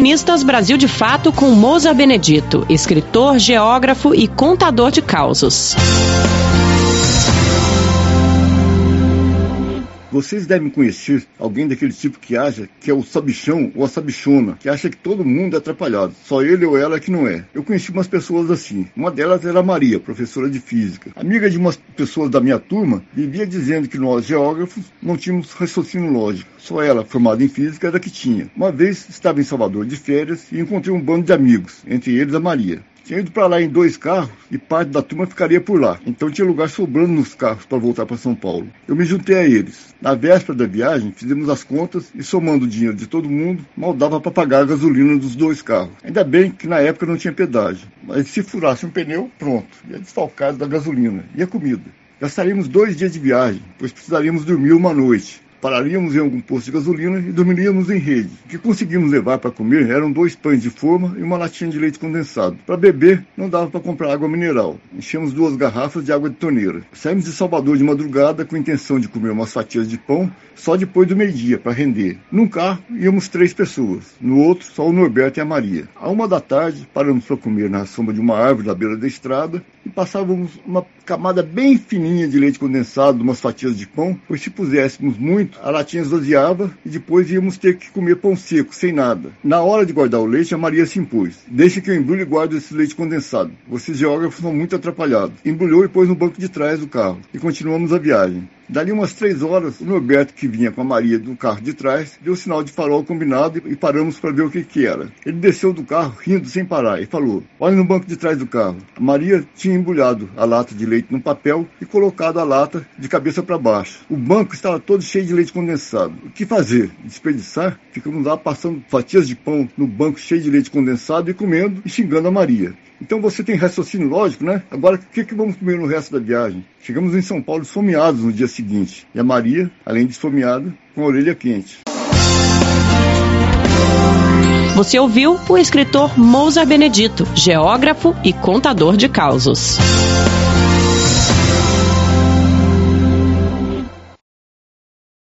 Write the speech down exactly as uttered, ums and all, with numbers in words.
Colunistas Brasil de Fato com Moza Benedito, escritor, geógrafo e contador de causos. Vocês devem conhecer alguém daquele tipo que acha que é o sabichão ou a sabichona, que acha que todo mundo é atrapalhado, só ele ou ela que não é. Eu conheci umas pessoas assim. Uma delas era a Maria, professora de física. Amiga de umas pessoas da minha turma, vivia dizendo que nós, geógrafos, não tínhamos raciocínio lógico. Só ela, formada em física, era que tinha. Uma vez estava em Salvador de férias e encontrei um bando de amigos, entre eles a Maria. Tinha ido para lá em dois carros e parte da turma ficaria por lá. Então tinha lugar sobrando nos carros para voltar para São Paulo. Eu me juntei a eles. Na véspera da viagem, fizemos as contas e, somando o dinheiro de todo mundo, mal dava para pagar a gasolina dos dois carros. Ainda bem que na época não tinha pedágio. Mas se furasse um pneu, pronto. Ia desfalcado da gasolina e a comida. Gastaríamos dois dias de viagem, pois precisaríamos dormir uma noite. Pararíamos em algum posto de gasolina e dormiríamos em rede. O que conseguimos levar para comer eram dois pães de forma e uma latinha de leite condensado. Para beber, não dava para comprar água mineral. Enchemos duas garrafas de água de torneira. Saímos de Salvador de madrugada com a intenção de comer umas fatias de pão só depois do meio-dia, para render. Num carro, íamos três pessoas. No outro, só o Norberto e a Maria. À uma da tarde, paramos para comer na sombra de uma árvore na beira da estrada e passávamos uma camada bem fininha de leite condensado, umas fatias de pão, pois se puséssemos muito, a latinha esvaziava e depois íamos ter que comer pão seco, sem nada. Na hora de guardar o leite, a Maria se impôs. Deixa que eu embrulhe e guardo esse leite condensado. Vocês geógrafos são muito atrapalhados. Embrulhou e pôs no banco de trás do carro. E continuamos a viagem. Dali umas três horas, o Norberto, que vinha com a Maria do carro de trás, deu sinal de farol combinado e paramos para ver o que que era. Ele desceu do carro, rindo sem parar, e falou: olha no banco de trás do carro. A Maria tinha embrulhado a lata de leite num papel e colocado a lata de cabeça para baixo. O banco estava todo cheio de leite condensado. O que fazer? Desperdiçar? Ficamos lá passando fatias de pão no banco cheio de leite condensado e comendo e xingando a Maria. Então você tem raciocínio lógico, né? Agora, o que, que vamos comer no resto da viagem? Chegamos em São Paulo esfomeados no dia seguinte. E a Maria, além de esfomeada, com a orelha quente. Você ouviu o escritor Moza Benedito, geógrafo e contador de causos.